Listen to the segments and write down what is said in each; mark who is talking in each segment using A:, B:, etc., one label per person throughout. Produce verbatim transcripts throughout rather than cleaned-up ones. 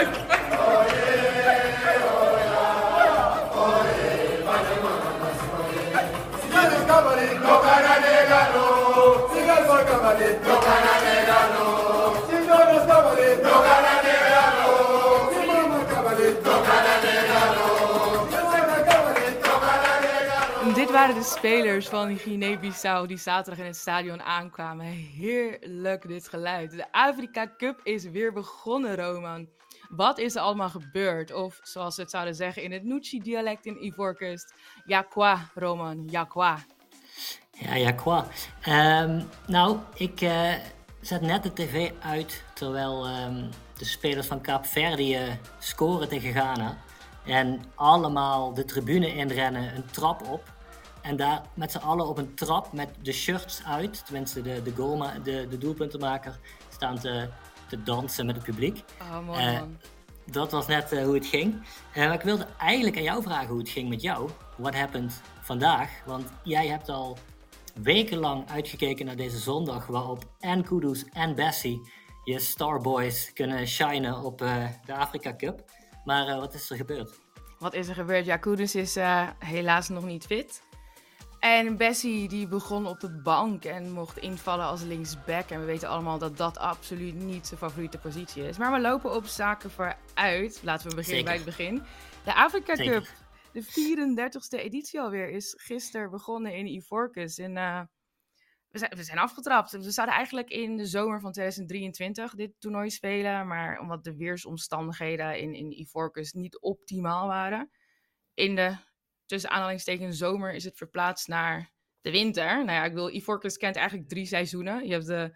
A: Dit waren de spelers van Guinea-Bissau die zaterdag in het stadion aankwamen. Heerlijk dit geluid. De Afrika Cup is weer begonnen, Roman. Wat is er allemaal gebeurd? Of zoals ze het zouden zeggen in het Nuchi-dialect in Ivoorkust. Ja quoi, Roman, ja quoi.
B: Ja, ja quoi. Um, nou, ik uh, zet net de tv uit terwijl um, de spelers van Kaapverdië uh, scoren tegen Ghana. En allemaal de tribune inrennen, een trap op. En daar met z'n allen op een trap met de shirts uit, tenminste de, de, goalma- de, de doelpuntenmaker, staan te, te dansen met het publiek.
A: Oh, mooi man. Uh,
B: dat was net uh, hoe het ging. Uh, maar ik wilde eigenlijk aan jou vragen hoe het ging met jou. What happened vandaag? Want jij hebt al wekenlang uitgekeken naar deze zondag, waarop en Kudus en Bessie, je starboys, kunnen shinen op uh, de Afrika Cup. Maar uh, wat is er gebeurd?
A: Wat is er gebeurd? Ja, Kudus is uh, helaas nog niet fit. En Bessie die begon op de bank en mocht invallen als linksback. En we weten allemaal dat dat absoluut niet zijn favoriete positie is. Maar we lopen op zaken vooruit. Laten we beginnen
B: Zeker.
A: bij het begin. De Afrika
B: Zeker.
A: Cup, de vierendertigste editie alweer, is gisteren begonnen in Ivoorkust. En uh, we, zijn, we zijn afgetrapt. We zouden eigenlijk in de zomer van tweeduizend drieëntwintig dit toernooi spelen. Maar omdat de weersomstandigheden in, in Ivoorkust niet optimaal waren. In de tussen aanhalingstekens zomer is het verplaatst naar de winter. Nou ja, ik bedoel, Ivoorkust kent eigenlijk drie seizoenen. Je hebt de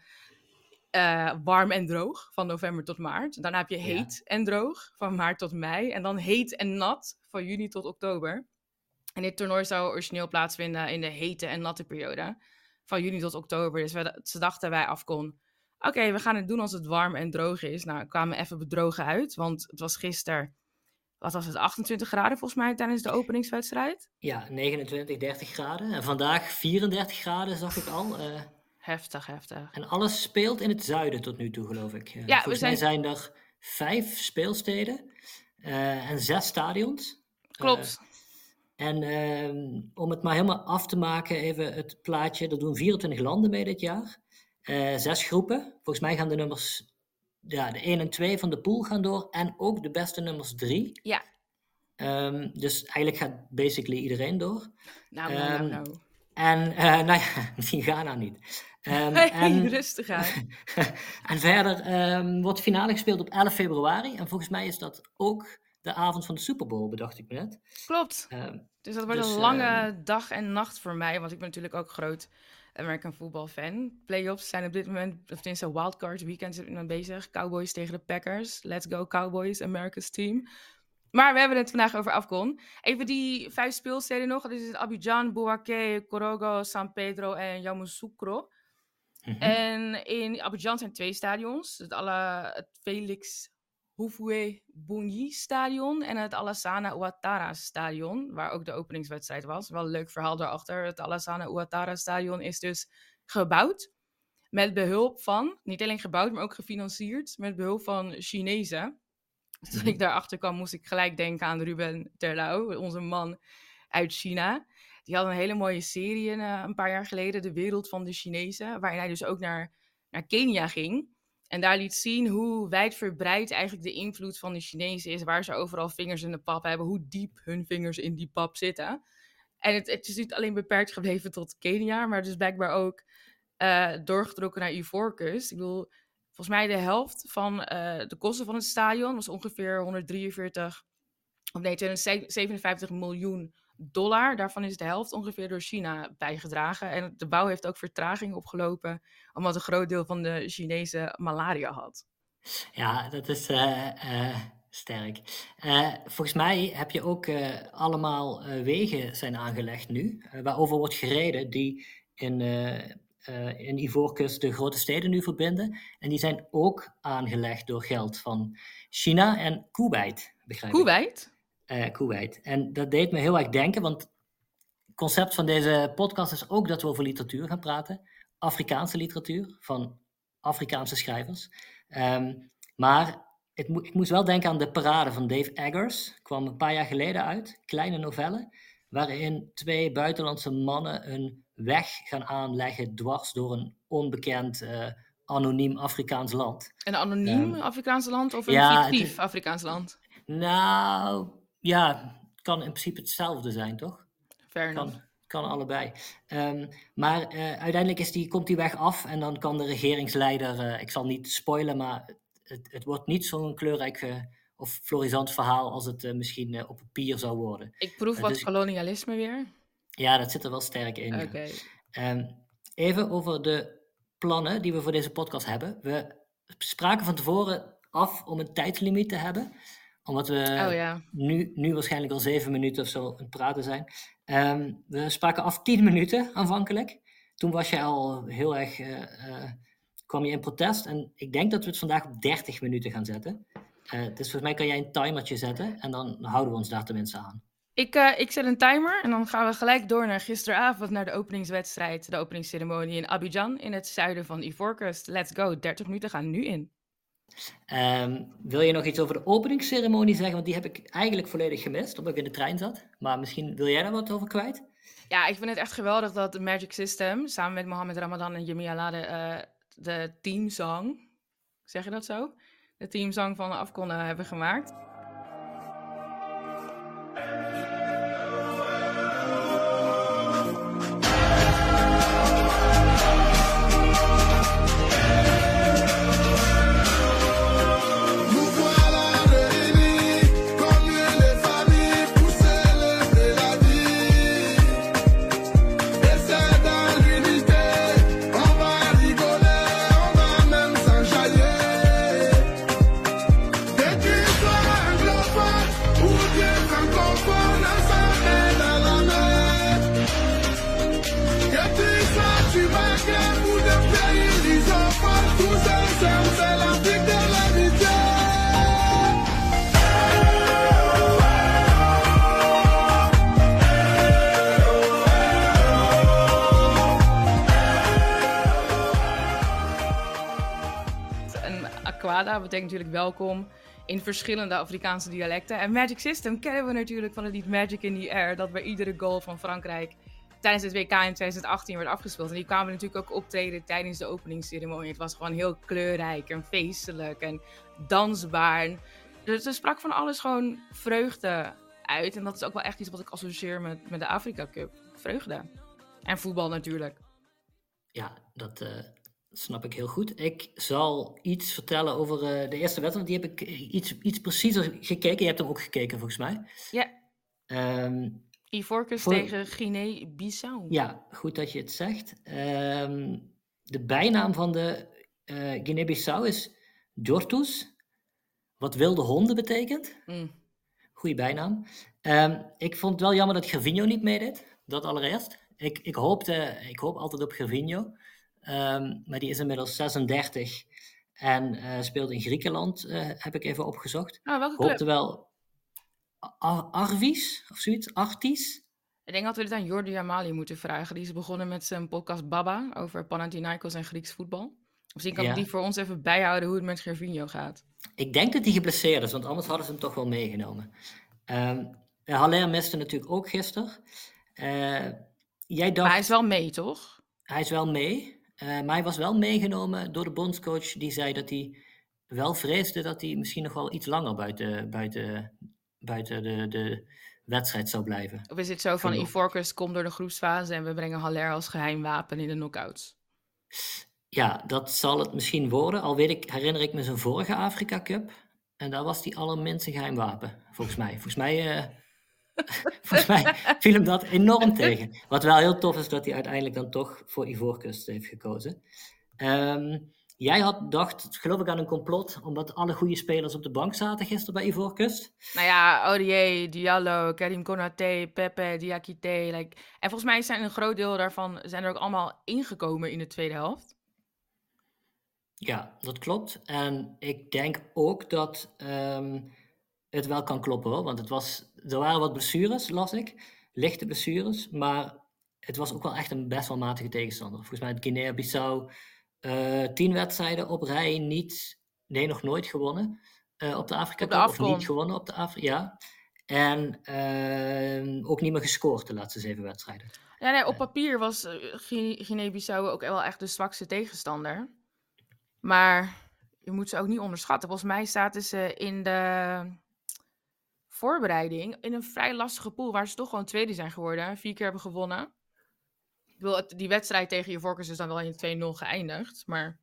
A: uh, warm en droog van november tot maart. Daarna heb je heet ja. en droog van maart tot mei. En dan heet en nat van juni tot oktober. En dit toernooi zou origineel plaatsvinden in de hete en natte periode. Van juni tot oktober. Dus we, ze dachten bij Afcon, oké, okay, we gaan het doen als het warm en droog is. Nou, we kwamen even bedrogen uit, want het was gisteren, wat was het, achtentwintig graden volgens mij tijdens de openingswedstrijd?
B: Ja, negenentwintig, dertig graden. En vandaag vierendertig graden zag ik al. Uh,
A: heftig, heftig.
B: En alles speelt in het zuiden tot nu toe, geloof ik. Uh,
A: ja,
B: volgens
A: zijn...
B: mij zijn er vijf speelsteden uh, en zes stadions.
A: Klopt.
B: Uh, en uh, om het maar helemaal af te maken, even het plaatje. Er doen vierentwintig landen mee dit jaar. Uh, zes groepen. Volgens mij gaan de nummers... Ja, de één en twee van de pool gaan door. En ook de beste nummers drie.
A: Ja.
B: Um, dus eigenlijk gaat basically iedereen door.
A: Nou, nou, nou,
B: um,
A: nou.
B: En, uh, nou ja, misschien Ghana niet. Um,
A: hey,
B: en,
A: rustig aan.
B: En verder um, wordt de finale gespeeld op elf februari. En volgens mij is dat ook de avond van de Super Bowl, bedacht ik me net.
A: Klopt. Um, dus dat wordt dus, een lange uh, dag en nacht voor mij. Want ik ben natuurlijk ook groot American football fan. Playoffs zijn op dit moment, of tenminste wildcard weekend zit ik mee bezig. Cowboys tegen de Packers. Let's go Cowboys, America's team. Maar we hebben het vandaag over Afcon. Even die vijf speelsteden nog. Dit is Abidjan, Bouaké, Korogo, San Pedro en Yamoussoukro. Mm-hmm. En in Abidjan zijn twee stadions. Het, alle, het Felix Houphouët-Boigny stadion en het Alassane Ouattara stadion, waar ook de openingswedstrijd was. Wel een leuk verhaal daarachter. Het Alassane Ouattara stadion is dus gebouwd met behulp van, niet alleen gebouwd, maar ook gefinancierd met behulp van Chinezen. Dus toen ik daarachter kwam, moest ik gelijk denken aan Ruben Terlouw, onze man uit China. Die had een hele mooie serie uh, een paar jaar geleden, De Wereld van de Chinezen, waarin hij dus ook naar, naar Kenia ging. En daar liet zien hoe wijdverbreid eigenlijk de invloed van de Chinezen is, waar ze overal vingers in de pap hebben, hoe diep hun vingers in die pap zitten. En het, het is niet alleen beperkt gebleven tot Kenia, maar dus blijkbaar ook uh, doorgetrokken naar Ivoorkust. Ik bedoel, volgens mij de helft van uh, de kosten van het stadion was ongeveer honderddrieënveertig, of nee, tweehonderdzevenenvijftig miljoen dollar. Daarvan is de helft ongeveer door China bijgedragen. En de bouw heeft ook vertraging opgelopen, omdat een groot deel van de Chinezen malaria had.
B: Ja, dat is uh, uh, sterk. Uh, volgens mij heb je ook uh, allemaal uh, wegen zijn aangelegd nu, uh, waarover wordt gereden, die in, uh, uh, in Ivoorkust de grote steden nu verbinden. En die zijn ook aangelegd door geld van China en Kuwait, begrijp ik.
A: Kuwait?
B: Uh, Kuwait. En dat deed me heel erg denken, want het concept van deze podcast is ook dat we over literatuur gaan praten. Afrikaanse literatuur, van Afrikaanse schrijvers. Um, maar het mo- ik moest wel denken aan De Parade van Dave Eggers. Kwam een paar jaar geleden uit. Kleine novelle. Waarin twee buitenlandse mannen een weg gaan aanleggen dwars door een onbekend eh, anoniem Afrikaans land.
A: Een anoniem
B: Ehm,
A: Afrikaans land of een
B: ja, het,
A: fictief Afrikaans land?
B: nou, ja, het kan in principe hetzelfde zijn, toch?
A: Fair enough.
B: Kan, kan allebei. Ehm, maar eh, uiteindelijk is die, komt die weg af en dan kan de regeringsleider, eh, ik zal niet spoilen, maar het, het wordt niet zo'n kleurrijk eh, of florisant verhaal als het eh, misschien eh, op papier zou worden.
A: Ik proef
B: Eh,
A: wat
B: dus
A: kolonialisme weer.
B: ja, dat zit er wel sterk in.
A: Oké.
B: Ja. Ehm, even over de plannen die we voor deze podcast hebben. We spraken van tevoren af om een tijdslimiet te hebben, omdat we
A: Oh ja.
B: nu, nu waarschijnlijk al zeven minuten of zo aan het praten zijn. Ehm, we spraken af tien minuten aanvankelijk. Toen was je al heel erg, eh, eh, kwam je in protest. En ik denk dat we het vandaag op dertig minuten gaan zetten. Eh, dus volgens mij kan jij een timertje zetten en dan houden we ons daar tenminste aan.
A: Ik, eh, ik zet een timer en dan gaan we gelijk door naar gisteravond, naar de openingswedstrijd, de openingsceremonie in Abidjan in het zuiden van Ivoorkust. Let's go, dertig minuten gaan nu in.
B: Ehm, wil je nog iets over de openingsceremonie zeggen? Want die heb ik eigenlijk volledig gemist, omdat ik in de trein zat. Maar misschien wil jij daar wat over kwijt?
A: Ja, ik vind het echt geweldig dat de Magic System samen met Mohamed Ramadan en Yemi Alade eh, de teamsong, zeg je dat zo? De teamsong van de AFCON eh, hebben gemaakt. Aquada betekent natuurlijk welkom in verschillende Afrikaanse dialecten. En Magic System kennen we natuurlijk van het lied Magic in the Air, dat bij iedere goal van Frankrijk tijdens het W K in twintig achttien werd afgespeeld. En die kwamen natuurlijk ook optreden tijdens de openingsceremonie. Het was gewoon heel kleurrijk en feestelijk en dansbaar. En dus er sprak van alles gewoon vreugde uit. En dat is ook wel echt iets wat ik associeer met, met de Afrika Cup. Vreugde. En voetbal natuurlijk.
B: Ja, dat uh, snap ik heel goed. Ik zal iets vertellen over uh, de eerste wedstrijd. Die heb ik iets, iets preciezer gekeken. Je hebt hem ook gekeken volgens mij.
A: Ja.
B: Um,
A: Ivoorkust voor... tegen Guinea-Bissau.
B: Ja, goed dat je het zegt. Um, de bijnaam van de uh, Guinea-Bissau is Jortus, wat wilde honden betekent. Mm. Goeie bijnaam. Um, ik vond het wel jammer dat Gervinho niet meedeed. Dat allereerst. Ik, ik, hoopte, ik hoop altijd op Gervinho. Um, maar die is inmiddels zesendertig en uh, speelt in Griekenland, uh, heb ik even opgezocht.
A: Oh, welke
B: hoopte
A: club?
B: wel Ar- Arvis of zoiets, Artis.
A: Ik denk dat we dit aan Jordi Amali moeten vragen. Die is begonnen met zijn podcast Baba over Panathinaikos en Grieks voetbal. Misschien kan ja. die voor ons even bijhouden hoe het met Gervinho gaat.
B: Ik denk dat hij geblesseerd is, want anders hadden ze hem toch wel meegenomen. Um, Haller miste natuurlijk ook gisteren. Uh, jij dacht...
A: Maar hij is wel mee, toch?
B: Hij is wel mee, uh, maar hij was wel meegenomen door de bondscoach. Die zei dat hij wel vreesde dat hij misschien nog wel iets langer buiten, buiten, buiten de, de wedstrijd zou blijven.
A: Of is het zo van Ivoorkust komt door de groepsfase en we brengen Haller als geheim wapen in de knockouts?
B: Ja, dat zal het misschien worden. Al weet ik, herinner ik me zijn vorige Afrika Cup. En daar was die allerminste geheim wapen, volgens mij. Volgens mij... Uh, Volgens mij viel hem dat enorm tegen. Wat wel heel tof is dat hij uiteindelijk dan toch voor Ivoorkust heeft gekozen. Um, jij had dacht, geloof ik, aan een complot, omdat alle goede spelers op de bank zaten gisteren bij Ivoorkust.
A: Nou ja, Aurier, Diallo, Karim Konaté, Pepe, Diakité. Like... En volgens mij zijn een groot deel daarvan zijn er ook allemaal ingekomen in de tweede helft.
B: Ja, dat klopt. En ik denk ook dat um, het wel kan kloppen hoor, want het was... Er waren wat blessures, las ik. Lichte blessures. Maar het was ook wel echt een best wel matige tegenstander. Volgens mij had Guinea-Bissau uh, tien wedstrijden op rij niet... Nee, nog nooit gewonnen. uh, op de Afrika
A: Op de
B: Cup. Of
A: Afcon.
B: niet gewonnen op de Afrika, ja. En uh, ook niet meer gescoord de laatste zeven wedstrijden.
A: Ja, nee, op papier was uh, Guinea-Bissau ook wel echt de zwakste tegenstander. Maar je moet ze ook niet onderschatten. Volgens mij zaten ze in de voorbereiding in een vrij lastige pool, waar ze toch gewoon tweede zijn geworden. Vier keer hebben gewonnen. Ik bedoel, die wedstrijd tegen Ivoorkust is dan wel in twee nul geëindigd, maar...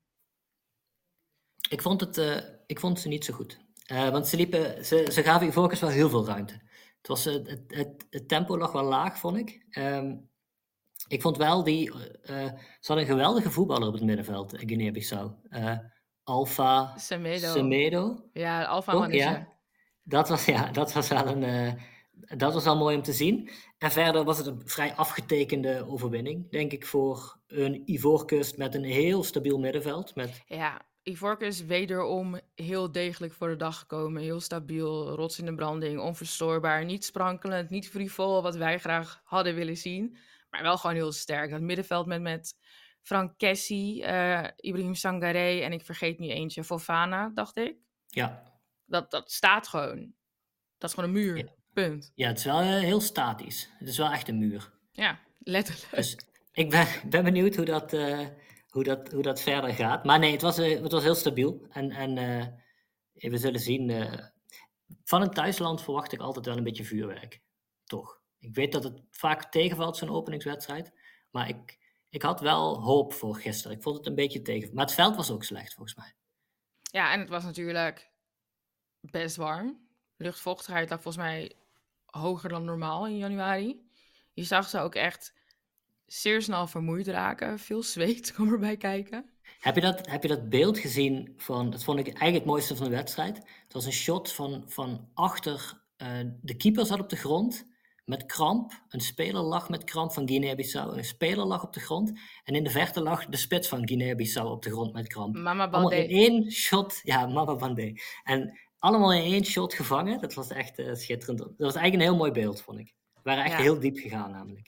B: Ik vond, het, uh, ik vond ze niet zo goed. Uh, want ze, liepen, ze, ze gaven Ivoorkust wel heel veel ruimte. Het, was, uh, het, het, het tempo lag wel laag, vond ik. Um, ik vond wel die... Uh, ze hadden een geweldige voetballer op het middenveld, Guinea-Bissau. Uh, Alpha
A: Semedo.
B: Semedo.
A: Ja, Alpha Mannetje.
B: Ja, dat was, ja, dat was wel een... Uh, dat was wel mooi om te zien. En verder was het een vrij afgetekende overwinning, denk ik, voor een Ivoorkust met een heel stabiel middenveld. Met...
A: Ja, Ivoorkust wederom heel degelijk voor de dag gekomen. Heel stabiel, rots in de branding, onverstoorbaar. Niet sprankelend, niet frivol, wat wij graag hadden willen zien. Maar wel gewoon heel sterk. Dat middenveld met, met Frank Kessie, uh, Ibrahim Sangaré en ik vergeet niet eentje, Fofana, dacht ik.
B: Ja.
A: Dat, dat staat gewoon. Dat is gewoon een muur.
B: Ja.
A: Punt.
B: Ja, het is wel uh, heel statisch. Het is wel echt een muur.
A: Ja, letterlijk.
B: Dus ik ben, ben benieuwd hoe dat, uh, hoe, dat, hoe dat verder gaat. Maar nee, het was, uh, het was heel stabiel. En, en uh, we zullen zien. Uh, van een thuisland verwacht ik altijd wel een beetje vuurwerk. Toch. Ik weet dat het vaak tegenvalt, zo'n openingswedstrijd. Maar ik, ik had wel hoop voor gisteren. Ik vond het een beetje tegen. Maar het veld was ook slecht, volgens mij.
A: Ja, en het was natuurlijk best warm. Luchtvochtigheid lag volgens mij hoger dan normaal in januari. Je zag ze ook echt zeer snel vermoeid raken. Veel zweet kwam erbij kijken.
B: Heb je dat, heb je dat beeld gezien van... Dat vond ik eigenlijk het mooiste van de wedstrijd. Het was een shot van, van achter... Uh, de keeper zat op de grond met kramp. Een speler lag met kramp van Guinea-Bissau. Een speler lag op de grond. En in de verte lag de spits van Guinea-Bissau op de grond met kramp.
A: Mama
B: Allemaal in één shot. Ja, Mama Bandé. En allemaal in één shot gevangen. Dat was echt uh, schitterend. Dat was eigenlijk een heel mooi beeld, vond ik. We waren echt ja. heel diep gegaan namelijk.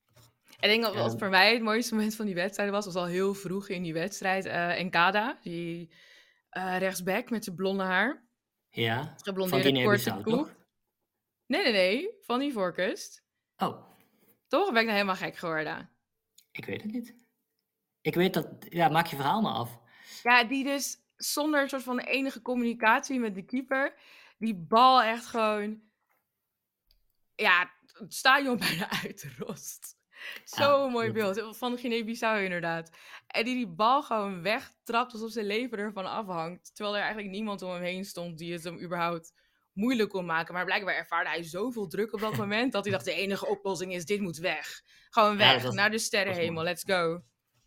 A: En ik denk dat wat voor mij het mooiste moment van die wedstrijd was, was al heel vroeg in die wedstrijd. Uh, Enkada, die uh, rechtsback met zijn blonde haar.
B: Ja,
A: geblondeerde korte koek. Nee, nee, nee, van Ivoorkust.
B: Oh.
A: Toch? Ben ik nou helemaal gek geworden?
B: Ik weet het niet. Ik weet dat... Ja, maak je verhaal maar af.
A: Ja, die dus zonder een soort van enige communicatie met de keeper, die bal echt gewoon... Ja, het stadion bijna uitrost. Zo'n ja, mooi beeld. Van de Guinea-Bissau inderdaad. En die die bal gewoon wegtrapt alsof zijn leven ervan afhangt. Terwijl er eigenlijk niemand om hem heen stond die het hem überhaupt moeilijk kon maken. Maar blijkbaar ervaarde hij zoveel druk op dat moment dat hij dacht de enige oplossing is, dit moet weg. Gewoon weg, ja, was, naar de sterrenhemel, let's go.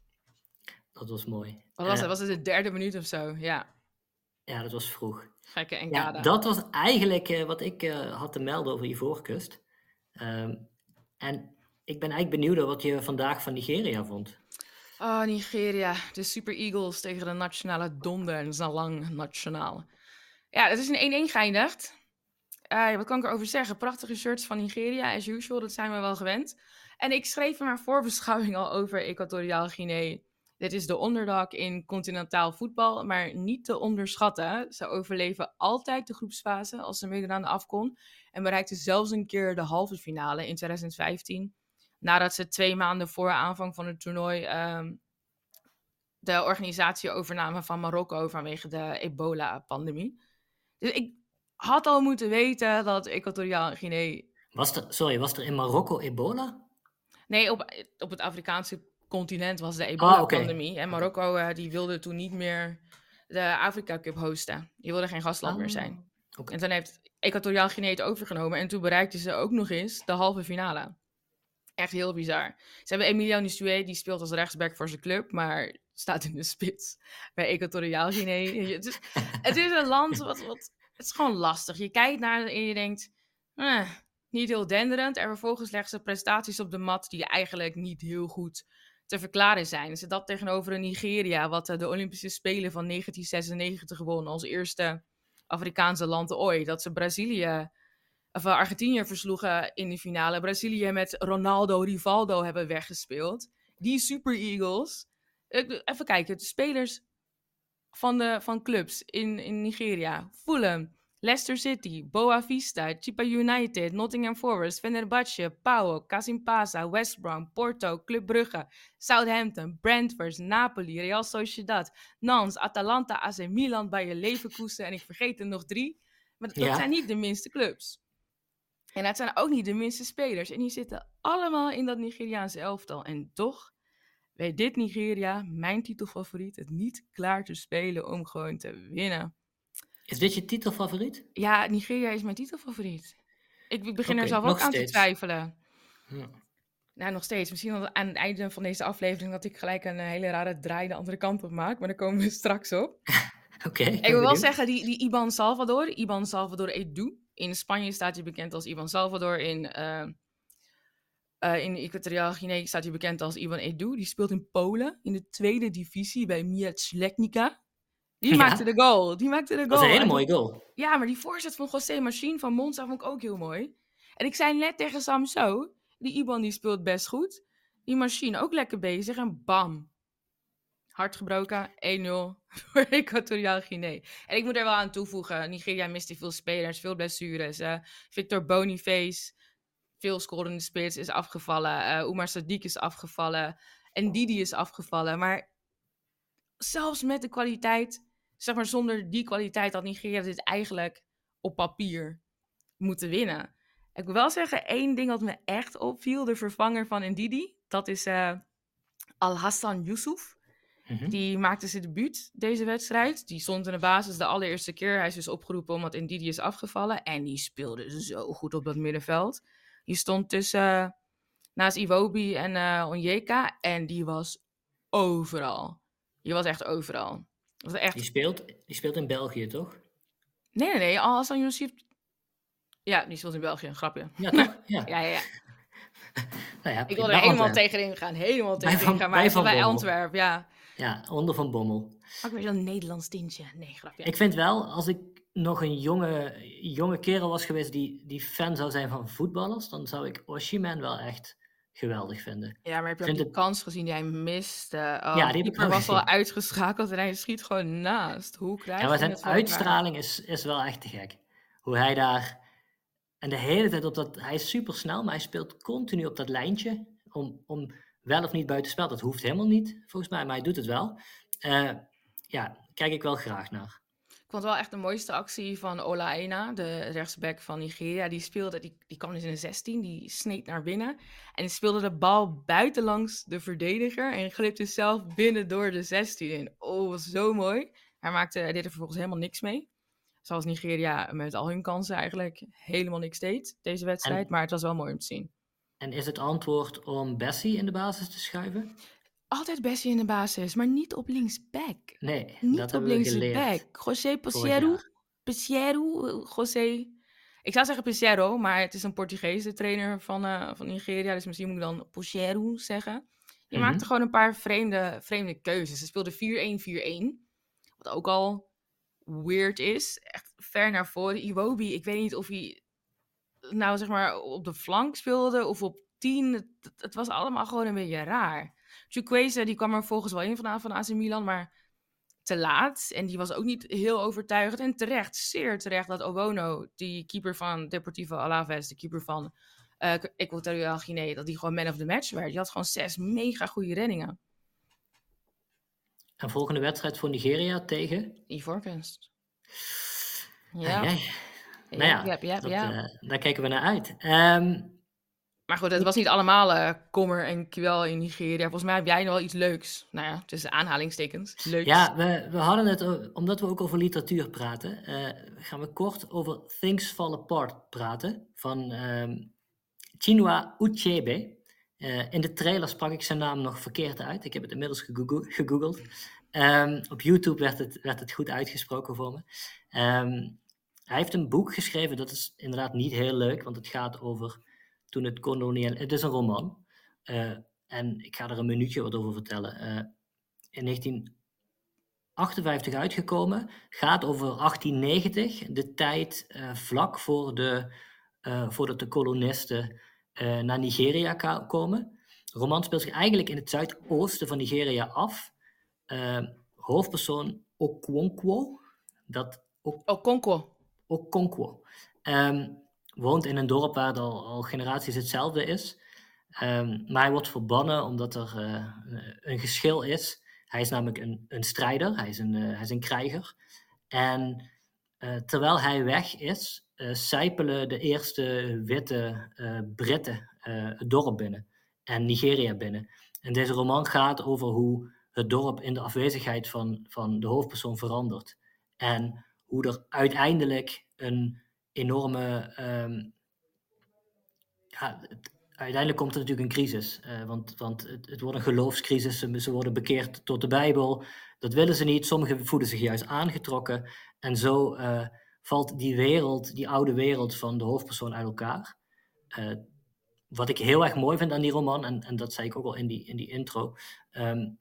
B: Dat was mooi.
A: Wat was uh, het? Was het de derde minuut of zo? Ja.
B: Ja, dat was vroeg.
A: Gekke Enkada.
B: Ja, dat was eigenlijk uh, wat ik uh, had te melden over Ivoorkust. Um, en ik ben eigenlijk benieuwd wat je vandaag van Nigeria vond.
A: Oh, Nigeria. De Super Eagles tegen de nationale donder. Dat is al lang nationaal. Ja, het is een één-één geëindigd. Uh, wat kan ik erover zeggen? Prachtige shirts van Nigeria, as usual. Dat zijn we wel gewend. En ik schreef in mijn voorbeschouwing al over Equatoriaal Guinea. Dit is de underdog in continentaal voetbal, maar niet te onderschatten. Ze overleven altijd de groepsfase als ze meedoen aan de Afcon. En bereikten zelfs een keer de halve finale in twintig vijftien. Nadat ze twee maanden voor aanvang van het toernooi um, de organisatie overnamen van Marokko vanwege de ebola-pandemie. Dus ik had al moeten weten dat Equatoriaal Guinea...
B: Was er, sorry, was er in Marokko ebola?
A: Nee, op, op het Afrikaanse continent was de ebola-pandemie. Oh, okay. En Marokko uh, die wilde toen niet meer de Afrika Cup hosten. Die wilde geen gastland oh, meer zijn. Okay. En toen heeft Equatoriaal Guinea het overgenomen. En toen bereikten ze ook nog eens de halve finale. Echt heel bizar. Ze hebben Emiliano Nisue, die speelt als rechtsback voor zijn club, maar staat in de spits bij Equatoriaal Guinea. Het is, het is een land wat, wat... Het is gewoon lastig. Je kijkt naar en je denkt... Eh, niet heel denderend. En vervolgens leggen ze prestaties op de mat die eigenlijk niet heel goed te verklaren zijn. Ze dat tegenover een Nigeria, wat de Olympische Spelen van negentien zesennegentig won als eerste Afrikaanse land ooit. Dat ze Brazilië, of Argentinië versloegen in de finale. Brazilië met Ronaldo, Rivaldo hebben weggespeeld. Die Super Eagles. Even kijken, de spelers van, de, van clubs in, in Nigeria. Fulham, Leicester City, Boa Vista, Chipa United, Nottingham Forest, Fenerbahce, P A O K, Kasimpasa, West Brom, Porto, Club Brugge, Southampton, Brentford, Napoli, Real Sociedad, Nantes, Atalanta, A C Milan, Bayer Leverkusen en ik vergeet er nog drie. Maar dat
B: Ja.
A: zijn niet de minste clubs. En dat zijn ook niet de minste spelers. En die zitten allemaal in dat Nigeriaanse elftal. En toch weet dit Nigeria, mijn titelfavoriet, het niet klaar te spelen om gewoon te winnen.
B: Is dit je titelfavoriet?
A: Ja, Nigeria is mijn titelfavoriet. Ik, ik begin
B: Oké,
A: er zelf
B: nog
A: ook aan
B: steeds.
A: te twijfelen.
B: Ja.
A: Nou, nog steeds. Misschien aan het einde van deze aflevering dat ik gelijk een hele rare draai de andere kant op maak. Maar daar komen we straks op.
B: Oké,
A: Ik wil wel zeggen, die, die Iban Salvador, Iban Salvador Edu. In Spanje staat hij bekend als Iban Salvador. In, uh, uh, in Equatoriaal Guinea staat hij bekend als Iban Edu. Die speelt in Polen in de tweede divisie bij Miecz Legnica. Die
B: Ja.
A: maakte de goal. Die maakte de goal.
B: Dat was een hele
A: En
B: mooie
A: die,
B: goal.
A: Ja, maar die voorzet van José Machine van Monza vond ik ook heel mooi. En ik zei net tegen Sam zo, die Iban die speelt best goed. Die Machine ook lekker bezig en bam. Hard gebroken, één nul voor Equatoriaal Guinea. En ik moet er wel aan toevoegen, Nigeria miste veel spelers, veel blessures. Uh, Victor Boniface, veel scorende spits, is afgevallen. Uh, Oumar Sadiq is afgevallen. En Didi is afgevallen. Maar zelfs met de kwaliteit, zeg maar zonder die kwaliteit, had Nigeria dit eigenlijk op papier moeten winnen. Ik wil wel zeggen, één ding wat me echt opviel, de vervanger van Ndidi, dat is uh, Al-Hassan Yusuf. Mm-hmm. Die maakte zijn debuut deze wedstrijd. Die stond in de basis de allereerste keer. Hij is dus opgeroepen omdat Ndidi is afgevallen. En die speelde zo goed op dat middenveld. Die stond tussen uh, naast Iwobi en uh, Onyeka. En die was overal. Die was echt overal. Was echt...
B: Die, speelt, die speelt in België, toch?
A: Nee, nee, nee. Al-Hassan Yusuf... Ja, die speelt in België. Een grapje.
B: Ja, toch? Ja,
A: ja, ja. ja.
B: Nou ja,
A: ik wil er helemaal Antwerp. tegenin gaan. Helemaal tegenin
B: van,
A: gaan. Maar hij bij Antwerpen, ja.
B: Ja, onder Van Bommel.
A: Ook weer zo'n Nederlands tintje. Nee, grapje.
B: Ik vind wel, als ik nog een jonge, jonge kerel was geweest die, die fan zou zijn van voetballers, dan zou ik Osimhen wel echt geweldig vinden.
A: Ja, maar heb je ook die het... kans gezien die hij miste? Oh,
B: ja,
A: die keeper was al uitgeschakeld en hij schiet gewoon naast. Hoe krijg
B: ja,
A: je
B: zijn
A: het
B: uitstraling is, is wel echt te gek. Hoe hij daar... En de hele tijd op dat... Hij is super snel, maar hij speelt continu op dat lijntje om... om wel of niet buitenspel. Dat hoeft helemaal niet, volgens mij, maar hij doet het wel. Uh, ja, kijk ik wel graag naar.
A: Ik vond wel echt de mooiste actie van Ola Aina, de rechtsback van Nigeria. Die speelde, die, die kwam dus in de zestien, die sneed naar binnen. En die speelde de bal buitenlangs de verdediger en glipte zelf binnen door de zestien in. Oh, was zo mooi. Hij maakte, hij deed er vervolgens helemaal niks mee. Zoals Nigeria met al hun kansen eigenlijk helemaal niks deed, deze wedstrijd. En, maar het was wel mooi om te zien.
B: En is het antwoord om Bessie in de basis te schuiven?
A: Altijd Bessie in de basis, maar niet op linksback.
B: Nee,
A: niet
B: dat
A: op linksback. José Pesero, Pesero, José. Ik zou zeggen Pesero, maar het is een Portugese trainer van, uh, van Nigeria, dus misschien moet ik dan Pesero zeggen. Die mm-hmm. maakte gewoon een paar vreemde, vreemde keuzes. Ze speelde vier-een vier-een, wat ook al weird is. Echt ver naar voren. Iwobi, ik weet niet of hij nou zeg maar op de flank speelde of op tien. Het, het was allemaal gewoon een beetje raar. Chukwueze, die kwam er volgens wel in vanavond van A C Milan, maar te laat. En die was ook niet heel overtuigend. En terecht, zeer terecht, dat Owono, die keeper van Deportivo Alaves, de keeper van uh, Equatoriaal Guinea, dat die gewoon man of the match werd. Die had gewoon zes mega goede reddingen.
B: En volgende wedstrijd voor Nigeria tegen?
A: Ivoorkust.
B: Ja. Ah, ja. Nou ja,
A: yep, yep,
B: dat,
A: yep.
B: Uh, daar kijken we naar uit. Um,
A: Maar goed, het was niet allemaal uh, kommer en kwel in Nigeria. Volgens mij heb jij nog wel iets leuks. Nou ja, tussen aanhalingstekens. Leuks.
B: Ja, we, we hadden het, omdat we ook over literatuur praten, uh, gaan we kort over Things Fall Apart praten. Van um, Chinua Achebe. Uh, in de trailer sprak ik zijn naam nog verkeerd uit. Ik heb het inmiddels gegoogeld. gegoogeld. Um, op YouTube werd het, werd het goed uitgesproken voor me. Um, hij heeft een boek geschreven, dat is inderdaad niet heel leuk, want het gaat over... Toen het koloniale... Het is een roman. Uh, en ik ga er een minuutje wat over vertellen. Uh, in negentien achtenvijftig uitgekomen. Gaat over achttien negentig. De tijd uh, vlak voor de, uh, voordat de kolonisten uh, naar Nigeria ka- komen. De roman speelt zich eigenlijk in het zuidoosten van Nigeria af. Uh, hoofdpersoon Okonkwo. Dat ook
A: Okonkwo.
B: Okonkwo. Um, woont in een dorp waar het al, al generaties hetzelfde is. Um, maar hij wordt verbannen omdat er uh, een geschil is. Hij is namelijk een, een strijder, hij is een, uh, hij is een krijger. En uh, terwijl hij weg is, uh, sijpelen de eerste witte uh, Britten uh, het dorp binnen. En Nigeria binnen. En deze roman gaat over hoe het dorp in de afwezigheid van, van de hoofdpersoon verandert. En hoe er uiteindelijk een enorme... Um, ja, het, uiteindelijk komt er natuurlijk een crisis. Uh, want want het, het wordt een geloofscrisis. Ze, ze worden bekeerd tot de Bijbel. Dat willen ze niet. Sommigen voelen zich juist aangetrokken. En zo uh, valt die wereld, die oude wereld van de hoofdpersoon uit elkaar. Uh, wat ik heel erg mooi vind aan die roman, en, en dat zei ik ook al in die, in die intro... Um,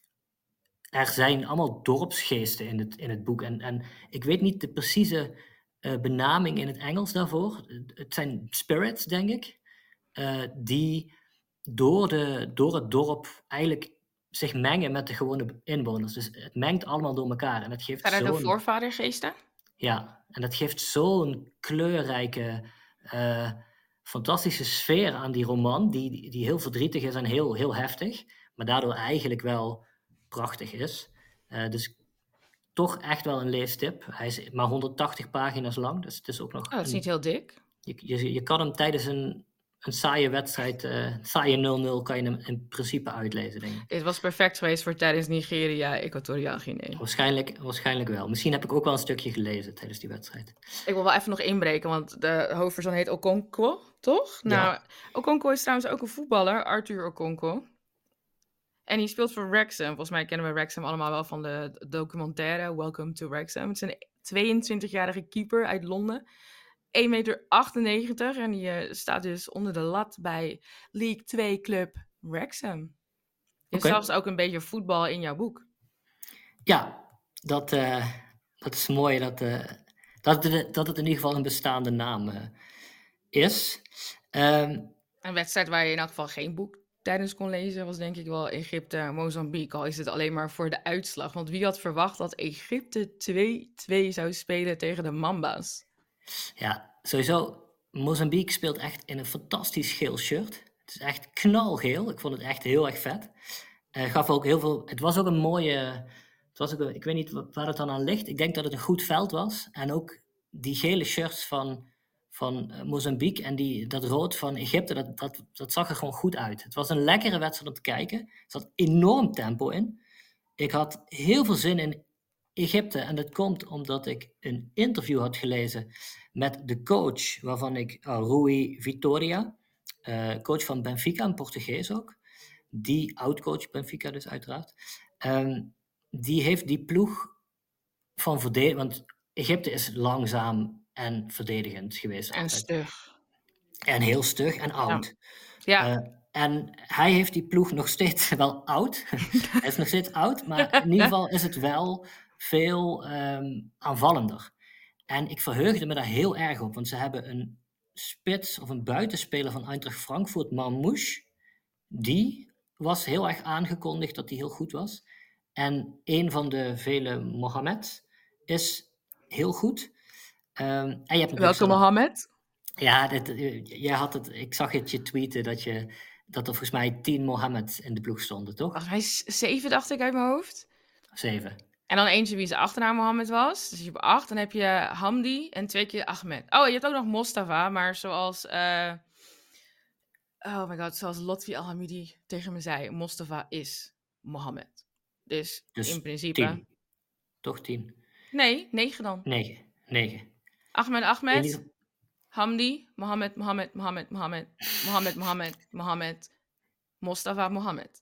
B: er zijn allemaal dorpsgeesten in het, in het boek. En, en ik weet niet de precieze uh, benaming in het Engels daarvoor. Het zijn spirits, denk ik. Uh, die door, de, door het dorp eigenlijk zich mengen met de gewone inwoners. Dus het mengt allemaal door elkaar. En het geeft
A: Zijn er de
B: zo'n...
A: voorvadergeesten?
B: Ja, en dat geeft zo'n kleurrijke, uh, fantastische sfeer aan die roman. Die, die, die heel verdrietig is en heel, heel heftig. Maar daardoor eigenlijk wel prachtig is. Uh, dus toch echt wel een leestip. Hij is maar honderdtachtig pagina's lang. Dus het is ook nog...
A: Oh, dat is
B: een...
A: niet heel dik.
B: Je, je, je kan hem tijdens een... Een saaie wedstrijd, uh, een saaie nul nul, kan je hem in principe uitlezen, denk ik.
A: Het was perfect geweest voor tijdens Nigeria, Equatoriaal Guinea.
B: Waarschijnlijk, waarschijnlijk wel. Misschien heb ik ook wel een stukje gelezen tijdens die wedstrijd.
A: Ik wil wel even nog inbreken, want de hoofdpersoon heet Okonkwo, toch? Ja. Nou, Okonkwo is trouwens ook een voetballer, Arthur Okonkwo. En die speelt voor Wrexham. Volgens mij kennen we Wrexham allemaal wel van de documentaire Welcome to Wrexham. Het is een tweeëntwintigjarige keeper uit Londen. één meter achtennegentig en die uh, staat dus onder de lat bij League twee club Wrexham. Je hebt okay. zelfs ook een beetje voetbal in jouw boek.
B: Ja, dat, uh, dat is mooi dat, uh, dat, het, dat het in ieder geval een bestaande naam uh, is. Um,
A: een wedstrijd waar je in elk geval geen boek tijdens kon lezen was denk ik wel Egypte, Mozambique. Al is het alleen maar voor de uitslag. Want wie had verwacht dat Egypte twee twee zou spelen tegen de Mamba's?
B: Ja, sowieso, Mozambique speelt echt in een fantastisch geel shirt. Het is echt knalgeel. Ik vond het echt heel erg vet. Uh, gaf ook heel veel... Het was ook een mooie... Het was ook een, ik weet niet waar het dan aan ligt. Ik denk dat het een goed veld was. En ook die gele shirts van, van uh, Mozambique en die, dat rood van Egypte, dat, dat, dat zag er gewoon goed uit. Het was een lekkere wedstrijd om te kijken. Er zat enorm tempo in. Ik had heel veel zin in Egypte. En dat komt omdat ik een interview had gelezen met de coach waarvan ik, uh, Rui Vitória, uh, coach van Benfica, een Portugees ook. Die oud-coach Benfica dus uiteraard. Um, die heeft die ploeg van verdediging... Want Egypte is langzaam en verdedigend geweest.
A: En
B: altijd.
A: stug.
B: En heel stug en oud.
A: Ja. ja.
B: Uh, en hij heeft die ploeg nog steeds wel oud. Hij is nog steeds oud, maar in ieder geval is het wel veel um, aanvallender. En ik verheugde me daar heel erg op, want ze hebben een spits of een buitenspeler van Eintracht Frankfurt, Marmouche. Die was heel erg aangekondigd dat hij heel goed was. En een van de vele Mohamed is heel goed. Um, en je hebt
A: Welke Mohamed?
B: Ja, dit, jij had het, ik zag het je tweeten dat, je, dat er volgens mij tien Mohammed in de ploeg stonden, toch?
A: Ach, hij is zeven, dacht ik, uit mijn hoofd.
B: Zeven.
A: En dan eentje wie zijn achternaam Mohammed was. Dus je hebt acht. Dan heb je Hamdi en twee keer Ahmed. Oh, je hebt ook nog Mostafa, maar zoals... Uh... Oh my god, zoals Lotfi Al-Hamidi tegen me zei, Mostafa is Mohammed. Dus, dus in principe...
B: tien. Toch tien?
A: Nee, negen dan.
B: Negen, negen.
A: Ahmed, Ahmed, die... Hamdi, Mohammed, Mohammed, Mohammed, Mohammed, Mohammed, Mohammed, Mohammed, Mostafa, Mohammed.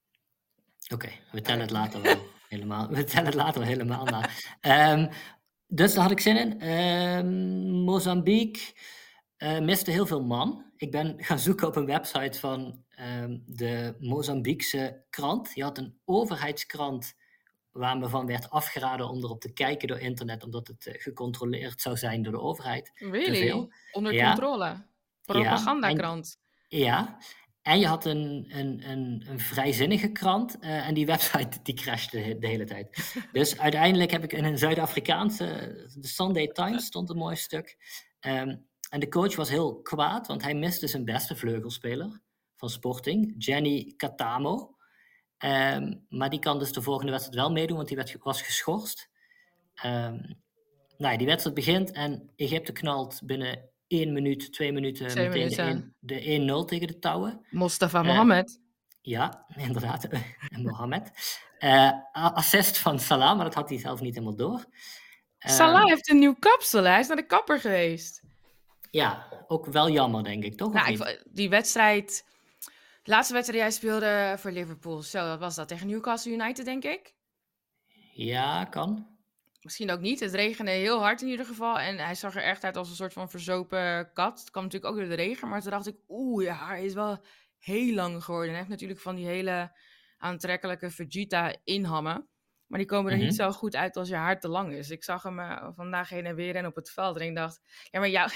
B: Oké, okay, we tellen het later wel helemaal. We tellen het later wel helemaal na. Um, dus daar had ik zin in. Um, Mozambique uh, miste heel veel man. Ik ben gaan zoeken op een website van um, de Mozambiekse krant. Die had een overheidskrant waar me van werd afgeraden om erop te kijken door internet, omdat het uh, gecontroleerd zou zijn door de overheid.
A: Really? Onder ja. controle? Propagandakrant?
B: Ja, en, ja, En je had een, een, een, een vrijzinnige krant uh, en die website die crashte de, de hele tijd. Dus uiteindelijk heb ik in een Zuid-Afrikaanse, de Sunday Times stond een mooi stuk. Um, en de coach was heel kwaad, want hij miste zijn beste vleugelspeler van Sporting, Jenny Katamo. Um, maar die kan dus de volgende wedstrijd wel meedoen, want die werd, was geschorst. Um, nou, die wedstrijd begint en Egypte knalt binnen één minuut, twee minuten
A: Twee
B: meteen
A: minuten.
B: de, de één nul tegen de touwen.
A: Mustafa
B: Uh,
A: Mohamed.
B: Ja, inderdaad. Mohamed. Uh, assist van Salah, maar dat had hij zelf niet helemaal door.
A: Salah um, heeft een nieuw kapsel. Hij is naar de kapper geweest.
B: Ja, ook wel jammer, denk ik, toch?
A: Nou,
B: of niet?
A: Ik, die wedstrijd... De laatste wedstrijd die hij speelde voor Liverpool. Zo, wat was dat? Tegen Newcastle United, denk ik?
B: Ja, kan.
A: Misschien ook niet. Het regende heel hard in ieder geval. En hij zag er echt uit als een soort van verzopen kat. Het kwam natuurlijk ook door de regen. Maar toen dacht ik, oeh, je haar is wel heel lang geworden. En hij heeft natuurlijk van die hele aantrekkelijke Vegeta inhammen. Maar die komen er mm-hmm. niet zo goed uit als je haar te lang is. Ik zag hem uh, vandaag heen en weer en op het veld. En ik dacht, ja, maar jou...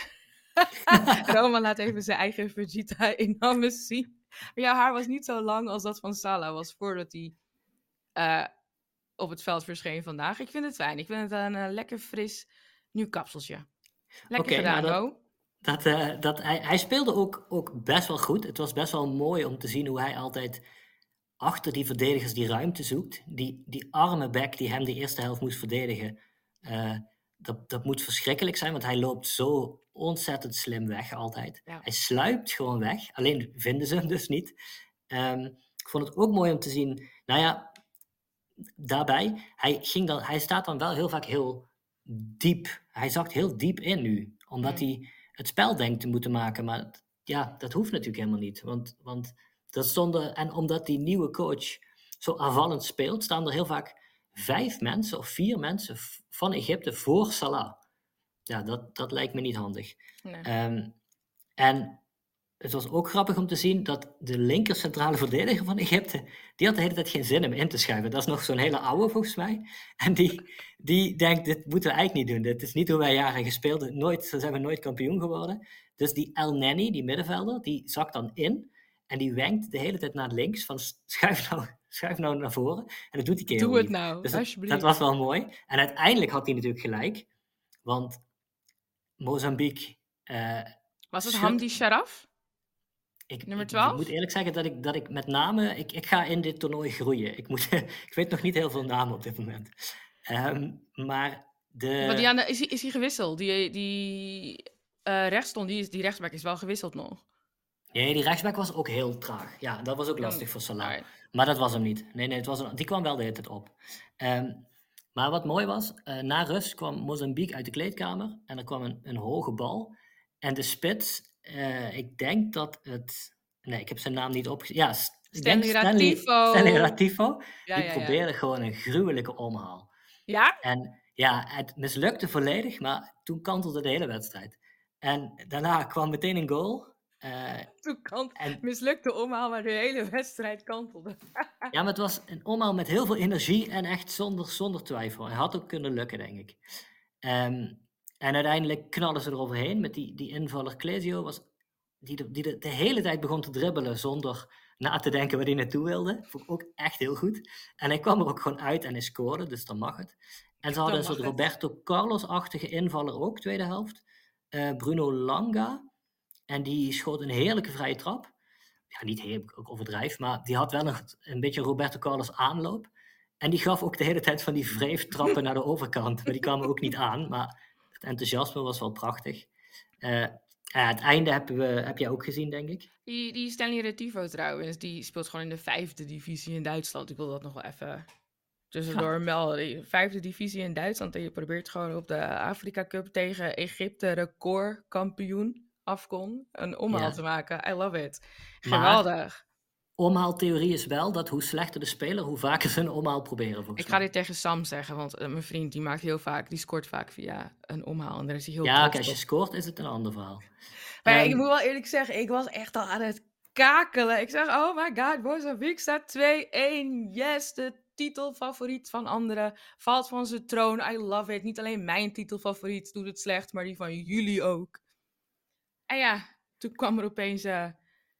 A: Roman laat even zijn eigen Vegeta inhammen zien. Maar jouw haar was niet zo lang als dat van Salah was voordat hij... Uh, op het veld verscheen vandaag. Ik vind het fijn. Ik vind het een uh, lekker fris nieuw kapseltje. Lekker okay, gedaan, nou
B: Ho. Dat, dat, uh, dat, hij, hij speelde ook, ook best wel goed. Het was best wel mooi om te zien hoe hij altijd achter die verdedigers die ruimte zoekt. Die, die arme back die hem de eerste helft moest verdedigen. Uh, dat, dat moet verschrikkelijk zijn, want hij loopt zo ontzettend slim weg altijd. Ja. Hij sluipt gewoon weg. Alleen vinden ze hem dus niet. Um, ik vond het ook mooi om te zien... Nou ja... Daarbij, hij, ging dan, hij staat dan wel heel vaak heel diep. Hij zakt heel diep in nu. Omdat mm. hij het spel denkt te moeten maken. Maar ja, dat hoeft natuurlijk helemaal niet. Want, want dat stonden, en omdat die nieuwe coach zo aanvallend speelt, staan er heel vaak vijf mensen of vier mensen van Egypte voor Salah. Ja, dat, dat lijkt me niet handig. Nee. Um, en het was ook grappig om te zien dat de linker centrale verdediger van Egypte, die had de hele tijd geen zin om in te schuiven. Dat is nog zo'n hele oude volgens mij. En die, die denkt, dit moeten we eigenlijk niet doen. Dit is niet hoe wij jaren gespeeld hebben. Nooit, zo zijn we nooit kampioen geworden. Dus die El Neni, die middenvelder, die zakt dan in. En die wenkt de hele tijd naar links van schuif nou, schuif nou naar voren. En dat doet die kerel
A: Doe het
B: niet.
A: nou,
B: dus
A: alsjeblieft.
B: Dat, dat was wel mooi. En uiteindelijk had hij natuurlijk gelijk. Want Mozambique... Uh,
A: was het schud... Hamdi Sharaf?
B: Ik,
A: Nummer
B: ik,
A: twaalf?
B: ik moet eerlijk zeggen dat ik, dat ik met name... Ik, ik ga in dit toernooi groeien. Ik, moet, ik weet nog niet heel veel namen op dit moment. Um, maar de...
A: Want Diana, is hij, is hij gewisseld? Die, die uh, rechtston, die, die rechtsback is wel gewisseld nog.
B: Nee, die rechtsback was ook heel traag. Ja, dat was ook lastig voor Salah. Right. Maar dat was hem niet. Nee, nee, het was een, die kwam wel de hele tijd op. Um, maar wat mooi was, uh, na rust kwam Mozambique uit de kleedkamer. En er kwam een, een hoge bal. En de spits, uh, ik denk dat het... Nee, ik heb zijn naam niet opgeschreven. Ja,
A: Stanley Ratifo.
B: Stanley Ratifo.
A: Ja,
B: die
A: ja,
B: probeerde
A: ja.
B: gewoon een gruwelijke omhaal.
A: Ja?
B: En ja, het mislukte volledig, maar toen kantelde de hele wedstrijd. En daarna kwam meteen een goal. Uh,
A: toen kant, en, mislukte omhaal, maar de hele wedstrijd kantelde.
B: Ja, maar het was een omhaal met heel veel energie en echt zonder, zonder twijfel. Hij had ook kunnen lukken, denk ik. Um, en uiteindelijk knallen ze eroverheen met die, die invaller Clesio, was, die, de, die de, de hele tijd begon te dribbelen zonder na te denken waar hij naartoe wilde. Vond ik ook echt heel goed. En hij kwam er ook gewoon uit en hij scoorde, dus dan mag het. En ze hadden een soort Roberto Carlos-achtige invaller ook, tweede helft. Uh, Bruno Langa. En die schoot een heerlijke vrije trap. Ja, niet heerlijk, ook overdrijf, maar die had wel een, een beetje Roberto Carlos aanloop. En die gaf ook de hele tijd van die wreeftrappen naar de overkant. Maar die kwamen ook niet aan, maar het enthousiasme was wel prachtig. Uh, ja, het einde hebben we, heb jij ook gezien, denk ik.
A: Die, die Stanley Retivo trouwens, die speelt gewoon in de vijfde divisie in Duitsland. Ik wil dat nog wel even tussendoor ja. melden. De vijfde divisie in Duitsland en je probeert gewoon op de Afrika Cup tegen Egypte recordkampioen Afcon een omhaal ja. te maken. I love it. Geweldig. Maar,
B: omhaaltheorie is wel dat hoe slechter de speler, hoe vaker ze een omhaal proberen.
A: Ik ga dit tegen Sam zeggen, want uh, mijn vriend die maakt heel vaak, die scoort vaak via een omhaal en daar is hij heel
B: Ja, oké, als je scoort is het een ander verhaal.
A: Maar um, ja, ik moet wel eerlijk zeggen, ik was echt al aan het kakelen. Ik zeg, oh my god, Mozambique staat twee-één. Yes, de titelfavoriet van anderen valt van zijn troon. I love it. Niet alleen mijn titelfavoriet doet het slecht, maar die van jullie ook. En ja, toen kwam er opeens uh,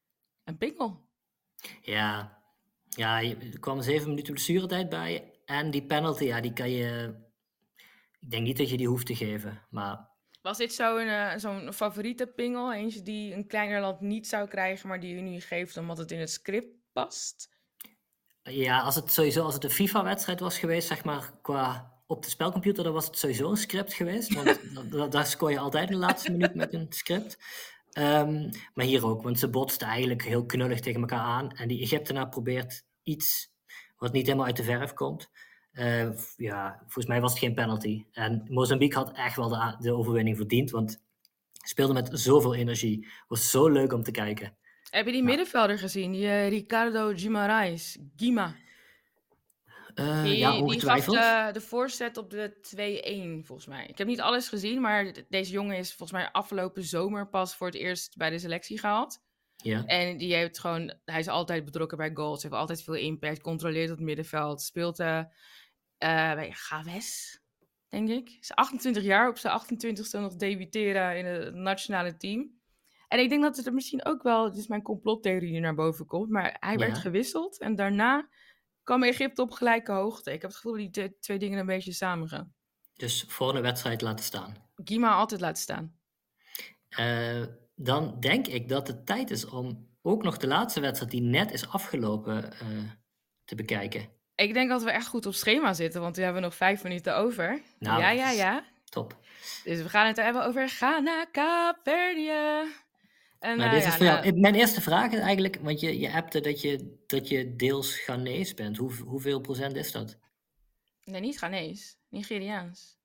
A: een pingel.
B: Ja, ja je- er kwam zeven minuten blessuretijd bij. En die penalty, ja, die kan je... Ik denk niet dat je die hoeft te geven, maar...
A: Was dit zo'n eh, zo'n favoriete pingel? Eentje die een kleiner land niet zou krijgen, maar die je nu geeft omdat het in het script past?
B: Ja, als het sowieso als het een FIFA-wedstrijd was geweest, zeg maar, qua op de spelcomputer, dan was het sowieso een script geweest. Want da- da- daar scoor je altijd in de laatste minuut met een script. Ehm, maar hier ook, want ze botsten eigenlijk heel knullig tegen elkaar aan. En die Egyptenaar probeert iets wat niet helemaal uit de verf komt. Eh, v- ja, volgens mij was het geen penalty. En Mozambique had echt wel de, a- de overwinning verdiend, want speelde met zoveel energie. Was zo leuk om te kijken.
A: Heb je die
B: Nou,
A: middenvelder gezien? Die eh, Ricardo Guimarães, Guima.
B: eh, ja,
A: Die, die gaf
B: ongetwijfeld.
A: de, de voorzet op de twee-een, volgens mij. Ik heb niet alles gezien, maar d- deze jongen is volgens mij afgelopen zomer pas voor het eerst bij de selectie gehaald.
B: Ja.
A: En die heeft gewoon, hij is altijd betrokken bij goals, heeft altijd veel impact, controleert het middenveld, speelt eh, eh, bij Gaves, denk ik. Is achtentwintig jaar, op zijn achtentwintigste nog debuteren in het nationale team. En ik denk dat het er misschien ook wel, het is mijn complottheorie die naar boven komt, maar hij werd
B: Ja.
A: gewisseld en daarna kwam Egypte op gelijke hoogte. Ik heb het gevoel dat die te- twee dingen een beetje samengaan.
B: Dus voor een wedstrijd laten staan.
A: Guima altijd laten staan.
B: Eh, dan denk ik dat het tijd is om ook nog de laatste wedstrijd die net is afgelopen eh, te bekijken.
A: Ik denk dat we echt goed op schema zitten, want we hebben nog vijf minuten over.
B: Nou,
A: Ja,
B: dat
A: ja,
B: is
A: ja.
B: top.
A: Dus we gaan het hebben over Ghana, Kaapverdië. En
B: Maar
A: nou
B: dit is
A: ja,
B: voor jou.
A: nou,
B: eh, Mijn eerste vraag is eigenlijk, want je, je appte dat je, dat je deels Ghanese bent. Hoe, hoeveel procent is dat?
A: nee, niet Ghanese, Nigeriaans.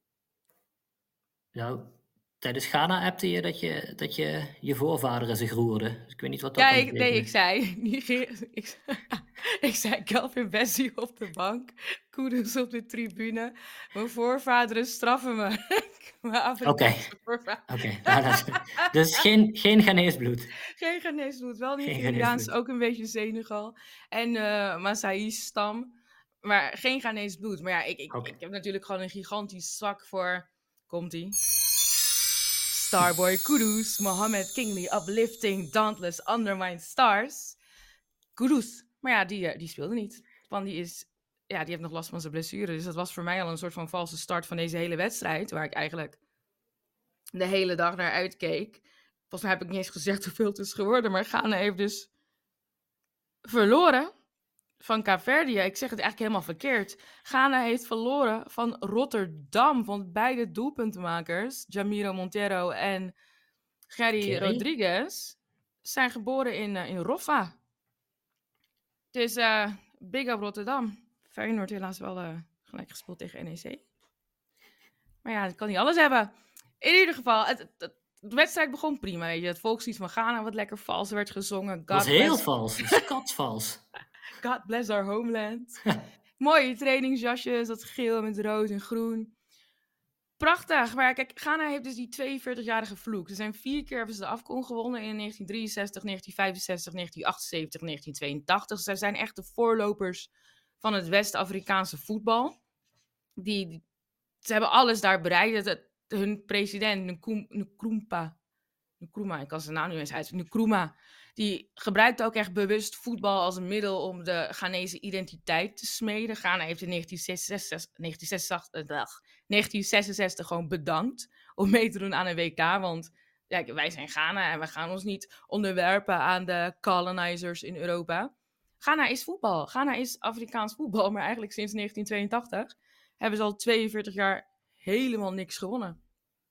B: Nou, tijdens Ghana appte je dat je dat je, je voorvaderen zich roerden. Dus ik weet niet wat dat
A: Ja,
B: kan
A: ik, nee, ik
B: betekenen.
A: zei, Niger, ik, ik zei Kelvin Bessie op de bank, Kudus op de tribune. Mijn voorvaderen straffen me. Mijn Afrikaanse voorvaderen.
B: Oké, nou, dat is, dus geen, geen Ghanese bloed.
A: Geen Ghanese bloed, wel
B: Geen
A: Nigeriaans,
B: Ghanese bloed.
A: ook een beetje Senegal. En eh Maasai's stam, maar geen Ghanese bloed. Maar ja, ik, ik,
B: Oké.
A: ik heb natuurlijk gewoon een gigantisch zwak voor, komt-ie, Starboy Kudus, Mohammed Kingsley, Uplifting, Dauntless, Undermined Stars. Kudus. Maar ja, die, eh, die speelde niet. Want die is, ja, die heeft nog last van zijn blessure. Dus dat was voor mij al een soort van valse start van deze hele wedstrijd. Waar ik eigenlijk de hele dag naar uitkeek. Volgens mij heb ik niet eens gezegd hoeveel het is geworden. Maar Ghana heeft dus verloren van Kaapverdië. Ik zeg het eigenlijk helemaal verkeerd. Ghana heeft verloren van Rotterdam. Want beide doelpuntenmakers, Jamiro Montero en Gerry
B: Kerry?
A: Rodriguez, zijn geboren in, uh, in Roffa. Dus uh, big up Rotterdam. Feyenoord helaas wel uh, gelijk gespeeld tegen N E C. Maar ja, ik kan niet alles hebben. In ieder geval, het, het, het, de wedstrijd begon prima. Weet je. Het volkslied van Ghana, wat lekker vals werd gezongen. God
B: Dat was heel
A: bless,
B: vals. Skatsvals.
A: God bless our homeland. Mooie trainingsjasjes, dat geel met rood en groen. Prachtig. Maar kijk, Ghana heeft dus die tweeënveertigjarige vloek. Er zijn vier keer hebben ze de AFCON gewonnen in negentien drieënzestig, negentien vijfenzestig, negentien achtenzeventig, negentien tweeëntachtig. Zij zijn echt de voorlopers van het West-Afrikaanse voetbal. Die, die, ze hebben alles daar bereikt. Het, hun president, Nkrumah, Nkrumah, ik kan zijn naam niet eens uit, Nkrumah, die gebruikte ook echt bewust voetbal als een middel om de Ghanese identiteit te smeden. Ghana heeft in negentien zesenzestig, negentien zesenzestig, negentien zesenzestig gewoon bedankt om mee te doen aan een W K. Want ja, wij zijn Ghana en we gaan ons niet onderwerpen aan de colonizers in Europa. Ghana is voetbal. Ghana is Afrikaans voetbal. Maar eigenlijk sinds negentien tweeëntachtig hebben ze al tweeënveertig jaar helemaal niks gewonnen.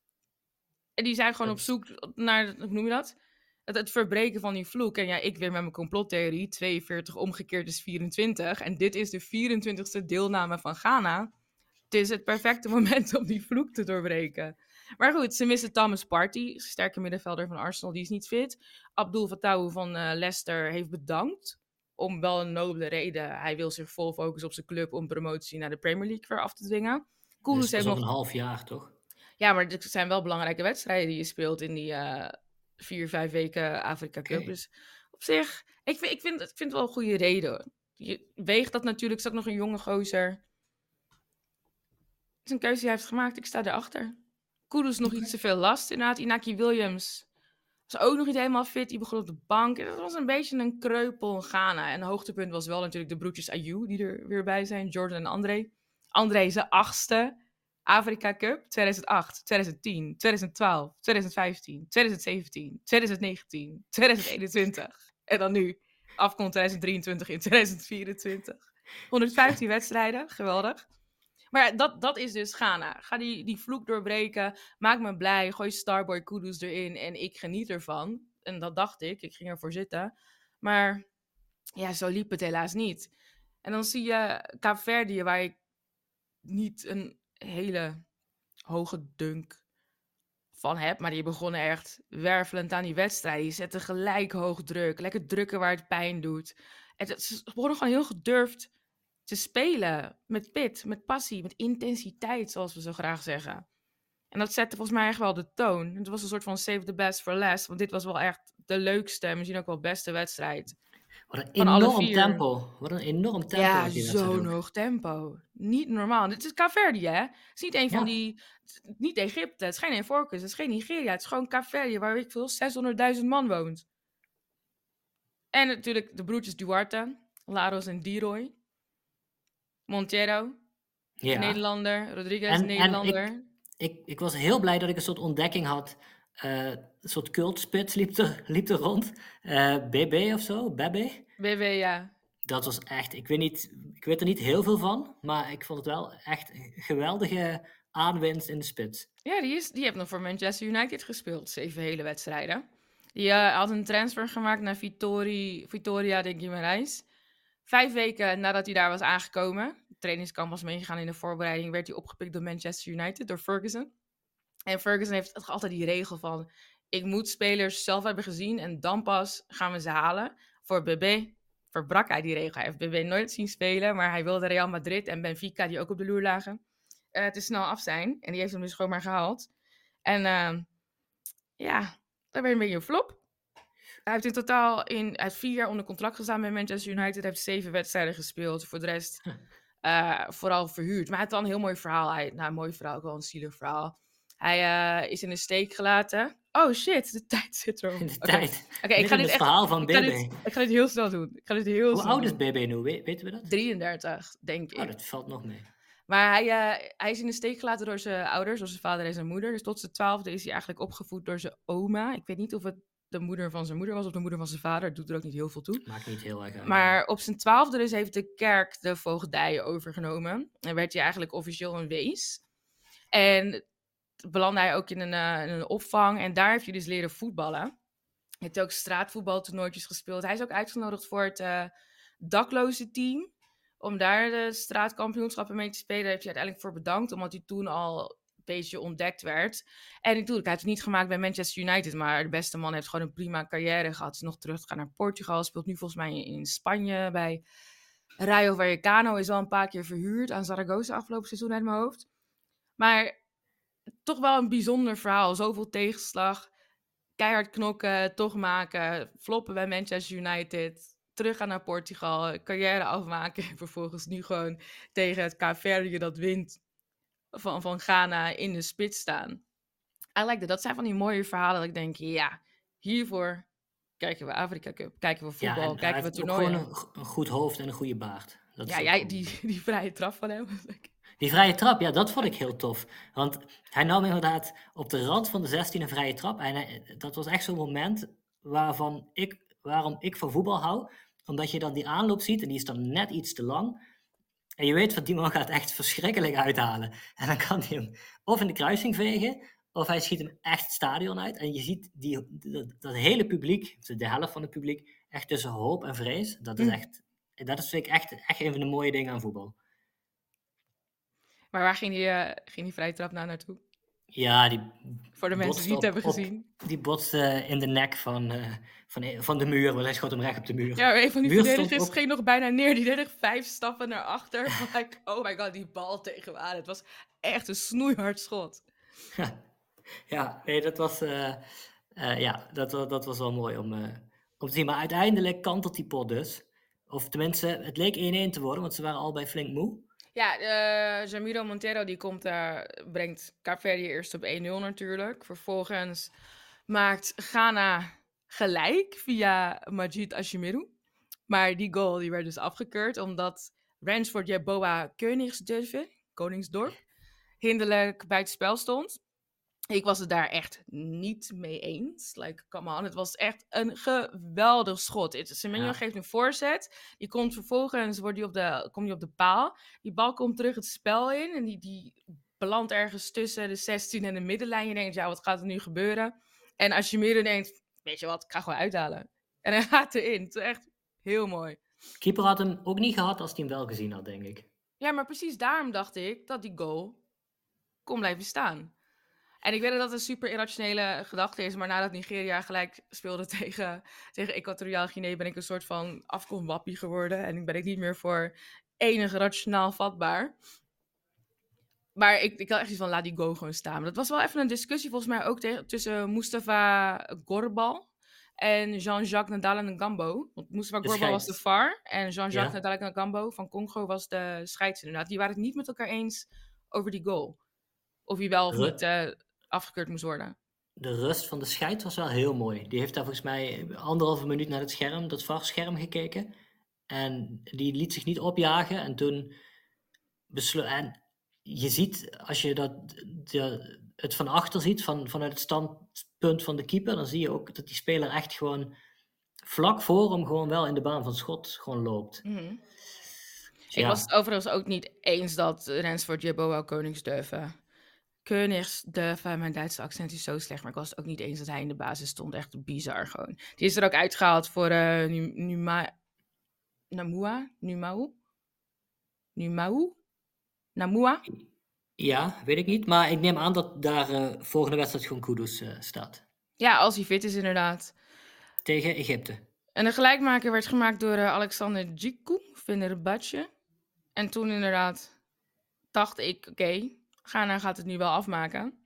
A: En die zijn gewoon op zoek naar, hoe noem je dat? Het, het verbreken van die vloek. En ja, ik weer met mijn complottheorie. tweeënveertig omgekeerd is vierentwintig. En dit is de vierentwintigste deelname van Ghana. Het is het perfecte moment om die vloek te doorbreken. Maar goed, ze missen Thomas Partey, sterke middenvelder van Arsenal, die is niet fit. Abdul Fattah van uh, Leicester heeft bedankt. Om wel een nobele reden. Hij wil zich vol focussen op zijn club om promotie naar de Premier League weer af te dwingen.
B: Kudus
A: Dus
B: heeft nog
A: nog
B: een half jaar, toch?
A: Ja, maar het zijn wel belangrijke wedstrijden die je speelt in die uh, vier, vijf weken Afrika Cup. Okay. Dus op zich, ik vind, ik, vind, ik vind het wel een goede reden. Je weegt dat natuurlijk, is ook nog een jonge gozer. Het is een keuze die hij heeft gemaakt, ik sta erachter. Kudus nog okay. iets te veel last inderdaad. Inaki Williams was ook nog niet helemaal fit. Die begon op de bank. Het was een beetje een kreupel Ghana. En het hoogtepunt was wel natuurlijk de broertjes Ayew, die er weer bij zijn. Jordan en André. André zijn achtste Afrika Cup. tweeduizend acht, tweeduizend tien, tweeduizend twaalf, tweeduizend vijftien, tweeduizend zeventien, tweeduizend negentien, tweeduizend eenentwintig. En dan nu afkomt tweeduizend drieëntwintig in tweeduizend vierentwintig. honderdvijftien wedstrijden, geweldig. Maar dat, dat is dus Ghana. Ga die, die vloek doorbreken. Maak me blij. Gooi Starboy Kudus erin. En ik geniet ervan. En dat dacht ik. Ik ging ervoor zitten. Maar ja, zo liep het helaas niet. En dan zie je Kaapverdië, waar ik niet een hele hoge dunk van heb. Maar die begonnen echt wervelend aan die wedstrijd. Die zetten gelijk hoog druk. Lekker drukken waar het pijn doet. En ze begonnen gewoon heel gedurfd te spelen. Met pit, met passie, met intensiteit, zoals we zo graag zeggen. En dat zette volgens mij echt wel de toon. Het was een soort van save the best for last. Want dit was wel echt de leukste, misschien ook wel beste wedstrijd.
B: Wat een
A: Van alle
B: enorm
A: vier.
B: tempo. Wat een enorm tempo.
A: Ja,
B: had die wedstrijd
A: zo'n
B: ook.
A: hoog tempo. Niet normaal. Dit is Kaapverdië, hè? Het is niet een van
B: Ja.
A: die... Niet Egypte, het is geen Ivoorkust, het is geen Nigeria. Het is gewoon Kaapverdië, waar weet ik veel, zeshonderdduizend man woont. En natuurlijk de broertjes Duarte, Laros en Diroy. Montero,
B: Ja.
A: Nederlander. Rodriguez,
B: En, en
A: Nederlander.
B: ik, ik, ik was heel blij dat ik een soort ontdekking had. Eh, een soort cultspits liep er, liep er rond. Eh B B of zo, Bebe.
A: B B, ja.
B: Dat was echt, ik weet, niet, ik weet er niet heel veel van, maar ik vond het wel echt een geweldige aanwinst in de spits.
A: Ja, die, is, die heeft nog voor Manchester United gespeeld. Zeven hele wedstrijden. Die uh, had een transfer gemaakt naar Vitori, Vitoria de Guimarães. Vijf weken nadat hij daar was aangekomen, de trainingskamp was meegegaan in de voorbereiding, werd hij opgepikt door Manchester United, door Ferguson. En Ferguson heeft altijd die regel van, ik moet spelers zelf hebben gezien en dan pas gaan we ze halen. Voor B B verbrak hij die regel. Hij heeft B B nooit zien spelen, maar hij wilde Real Madrid en Benfica, die ook op de loer lagen, uh, te snel af zijn. En die heeft hem dus gewoon maar gehaald. En uh, ja, dat werd een beetje een flop. Hij heeft in totaal in, hij heeft vier jaar onder contract gestaan bij Manchester United. Hij heeft zeven wedstrijden gespeeld. Voor de rest uh, vooral verhuurd. Maar hij had wel een heel mooi verhaal. Hij, nou, een mooi verhaal, ook wel een zielig verhaal. Hij uh, is in de steek gelaten. Oh shit, de tijd zit erop.
B: In de
A: okay.
B: tijd.
A: Okay, ik ga dit
B: het
A: echt,
B: verhaal van B B.
A: Ik ga, dit, ik ga dit heel snel doen. Ik ga dit heel
B: Hoe
A: snel
B: oud is
A: doen.
B: B B nu? We, weten we dat?
A: drieëndertig, denk ik.
B: Oh, dat valt nog mee.
A: Maar hij, uh, hij is in de steek gelaten door zijn ouders, door zijn vader en zijn moeder. Dus tot zijn twaalfde is hij eigenlijk opgevoed door zijn oma. Ik weet niet of het de moeder van zijn moeder was of de moeder van zijn vader. Dat doet er ook niet heel veel toe.
B: Maakt niet heel erg uit.
A: Maar op zijn twaalfde dus heeft de kerk de voogdij overgenomen. En werd hij eigenlijk officieel een wees. En belandde hij ook in een, uh, in een opvang. En daar heeft hij dus leren voetballen. Hij heeft ook straatvoetbaltoernooitjes gespeeld. Hij is ook uitgenodigd voor het uh, dakloze team. Om daar de straatkampioenschappen mee te spelen. Daar heeft hij uiteindelijk voor bedankt. Omdat hij toen al een beetje ontdekt werd. En natuurlijk, hij heeft het niet gemaakt bij Manchester United. Maar de beste man heeft gewoon een prima carrière gehad. Is nog teruggegaan naar Portugal. Speelt nu volgens mij in Spanje bij Rayo Vallecano. Is al een paar keer verhuurd aan Zaragoza afgelopen seizoen uit mijn hoofd. Maar toch wel een bijzonder verhaal. Zoveel tegenslag. Keihard knokken, toch maken. Floppen bij Manchester United. Teruggaan naar Portugal. Carrière afmaken. En vervolgens nu gewoon tegen het Kaapverdië dat wint van, van Ghana in de spits staan. I like that. Dat zijn van die mooie verhalen dat ik denk, ja, hiervoor kijken we Afrika Cup. Kijken we voetbal,
B: ja, en
A: kijken we
B: hij heeft ook
A: toernooien.
B: gewoon een, een goed hoofd en een goede baard. Dat is
A: Ja,
B: ook
A: jij,
B: goed.
A: die, die vrije trap van hem.
B: Die vrije trap, ja, dat vond ik heel tof. Want hij nam inderdaad op de rand van de zestien een vrije trap. En hij, dat was echt zo'n moment waarvan ik, waarom ik van voetbal hou. Omdat je dan die aanloop ziet en die is dan net iets te lang. En je weet van die man gaat echt verschrikkelijk uithalen. En dan kan hij hem of in de kruising vegen, of hij schiet hem echt het stadion uit. En je ziet die, dat, dat hele publiek, de helft van het publiek, echt tussen hoop en vrees. Dat is echt, dat is vind ik echt, echt een van de mooie dingen aan voetbal.
A: Maar waar ging die, uh, ging die vrije trap nou naartoe?
B: Ja, die
A: voor de mensen die het hebben
B: op,
A: gezien.
B: Die botste in de nek van, uh, van, van de muur, want hij schoot hem recht op de muur.
A: Ja, een van die
B: muur
A: verdedigers
B: op...
A: ging nog bijna neer. Die deed echt vijf stappen naar achter. Like, oh my god, die bal tegen me aan. Het was echt een snoeihard schot.
B: Ja, nee, dat was, uh, uh, ja, dat, dat was wel mooi om, uh, om te zien. Maar uiteindelijk kantelt die pot dus. Of tenminste, het leek één-één te worden, want ze waren allebei flink moe.
A: Ja, uh, Jamiro Montero die komt, uh, brengt Kaapverdië eerst op één nul natuurlijk. Vervolgens maakt Ghana gelijk via Majid Ashimeru. Maar die goal die werd dus afgekeurd omdat Ransford Yeboah Koningsdorp, Koningsdorp hinderlijk buitenspel stond. Ik was het daar echt niet mee eens. Like, come on. Het was echt een geweldig schot. Semenyo
B: Ja.
A: geeft een voorzet. Die komt vervolgens, wordt die op de, komt die op de paal. Die bal komt terug het spel in. En die, die belandt ergens tussen de zestien en de middenlijn. Je denkt, ja, wat gaat er nu gebeuren? En als je meer denkt, weet je wat, ik ga gewoon uithalen. En hij gaat erin. Het is echt heel mooi.
B: Keeper had hem ook niet gehad als hij hem wel gezien had, denk ik.
A: Ja, maar precies daarom dacht ik dat die goal kon blijven staan. En ik weet dat dat een super irrationele gedachte is, maar nadat Nigeria gelijk speelde tegen, tegen Equatoriaal Guinea, ben ik een soort van afkomwappie geworden. En ben ik niet meer voor enig rationaal vatbaar. Maar ik, ik had echt iets van, laat die go gewoon staan. Maar dat was wel even een discussie volgens mij ook tegen, tussen Mustafa Gorbal en Jean-Jacques Ndala Ngambo. Want Mustafa
B: De
A: Gorbal was de
B: scheids.
A: V A R en Jean-Jacques
B: Ja.
A: Ndala Ngambo van Congo was de scheids inderdaad. Die waren het niet met elkaar eens over die goal. Of die wel of
B: Ru-
A: niet uh, afgekeurd moest worden.
B: De rust van de scheids was wel heel mooi. Die heeft daar volgens mij anderhalve minuut naar het scherm, dat V A R-scherm gekeken. En die liet zich niet opjagen. En toen beslo- En je ziet, als je dat, de, het van achter ziet, van, vanuit het standpunt van de keeper, dan zie je ook dat die speler echt gewoon vlak voor hem gewoon wel in de baan van het schot gewoon loopt.
A: Mm-hmm.
B: Dus
A: Ik
B: ja.
A: was het overigens ook niet eens dat Ransford Yeboah Koningsdorp... Koningsdorp, mijn Duitse accent is zo slecht, maar ik was het ook niet eens dat hij in de basis stond. Echt bizar gewoon. Die is er ook uitgehaald voor uh, Numa... Namua? Numau? Numau? Namua?
B: Ja, weet ik niet. Maar ik neem aan dat daar uh, volgende wedstrijd gewoon Kudus uh, staat.
A: Ja, als hij fit is inderdaad.
B: Tegen Egypte.
A: En de gelijkmaker werd gemaakt door uh, Alexander Djiku, Fenerbahce. En toen inderdaad dacht ik, oké, okay, Ghana gaat het nu wel afmaken.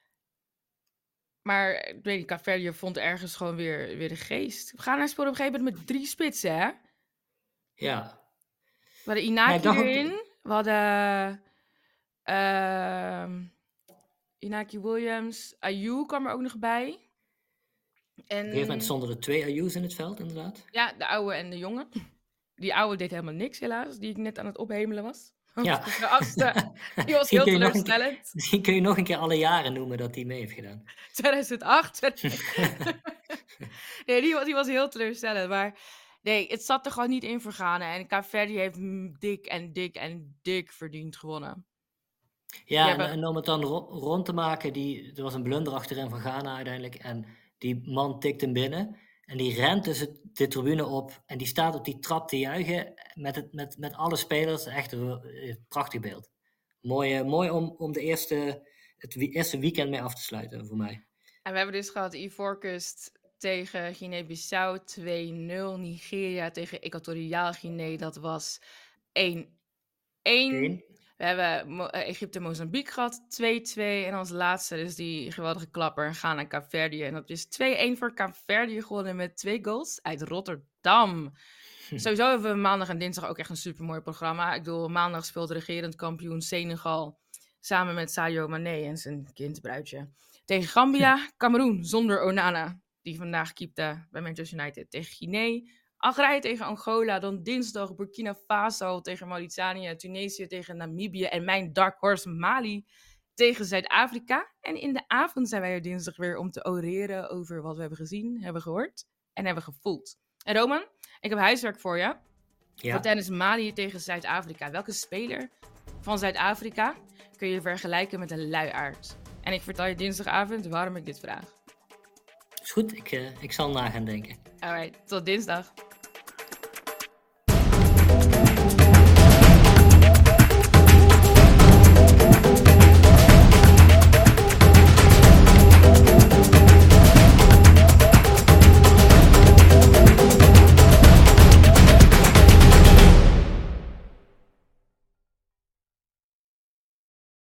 A: Maar ik weet niet, Kaapverdië vond ergens gewoon weer, weer de geest. Ghana speelde op een gegeven moment met drie spitsen, hè?
B: Ja.
A: We hadden Inaki
B: ja,
A: erin.
B: Ook...
A: We hadden uh, Inaki Williams. Ayew kwam er ook nog bij. En...
B: Op een gegeven moment stonden er twee Ayew's in het veld, inderdaad.
A: Ja, de oude en de jonge. Die oude deed helemaal niks, helaas. Die ik net aan het ophemelen was.
B: Ja.
A: De achtste. Die was heel teleurstellend.
B: Keer, misschien kun je nog een keer alle jaren noemen dat hij mee heeft gedaan.
A: tweeduizend acht. Nee, die, die was heel teleurstellend. Maar nee, het zat er gewoon niet in voor Ghana. En Kaapverdië heeft dik en dik en dik verdiend gewonnen.
B: Ja, en,
A: hebben...
B: en om het dan ro- rond te maken, die, er was een blunder achterin van Ghana uiteindelijk. En die man tikt hem binnen. En die rent dus het, de tribune op. En die staat op die trap te juichen met, het, met, met alle spelers. Echt een, een prachtig beeld. Mooi, uh, mooi om, om de eerste, het eerste weekend mee af te sluiten voor mij.
A: En we hebben dus gehad Ivoorkust tegen Guinea-Bissau twee nul. Nigeria tegen Equatoriaal Guinea, dat was één één. We hebben Mo- uh, Egypte-Mozambique gehad, twee twee. En als laatste dus die geweldige klapper Ghana Kaapverdië. En dat is twee één voor Kaapverdië gewonnen met twee goals uit Rotterdam. Hm. Sowieso hebben we maandag en dinsdag ook echt een supermooi programma. Ik bedoel, maandag speelt de regerend kampioen Senegal samen met Sadio Mané en zijn kindbruidje. Tegen Gambia, Cameroen zonder Onana, die vandaag keepte bij Manchester United. Tegen Guinea, Algerije tegen Angola, dan dinsdag Burkina Faso tegen Mauritanië, Tunesië tegen Namibië en mijn dark horse Mali tegen Zuid-Afrika. En in de avond zijn wij er dinsdag weer om te oreren over wat we hebben gezien, hebben gehoord en hebben gevoeld. En Roman, ik heb huiswerk voor je. Ja. Voor tennis Mali tegen Zuid-Afrika. Welke speler van Zuid-Afrika kun je vergelijken met een luiaard? En ik vertel je dinsdagavond waarom ik dit vraag.
B: Is goed, ik, uh, ik zal na gaan denken.
A: Alright, tot dinsdag.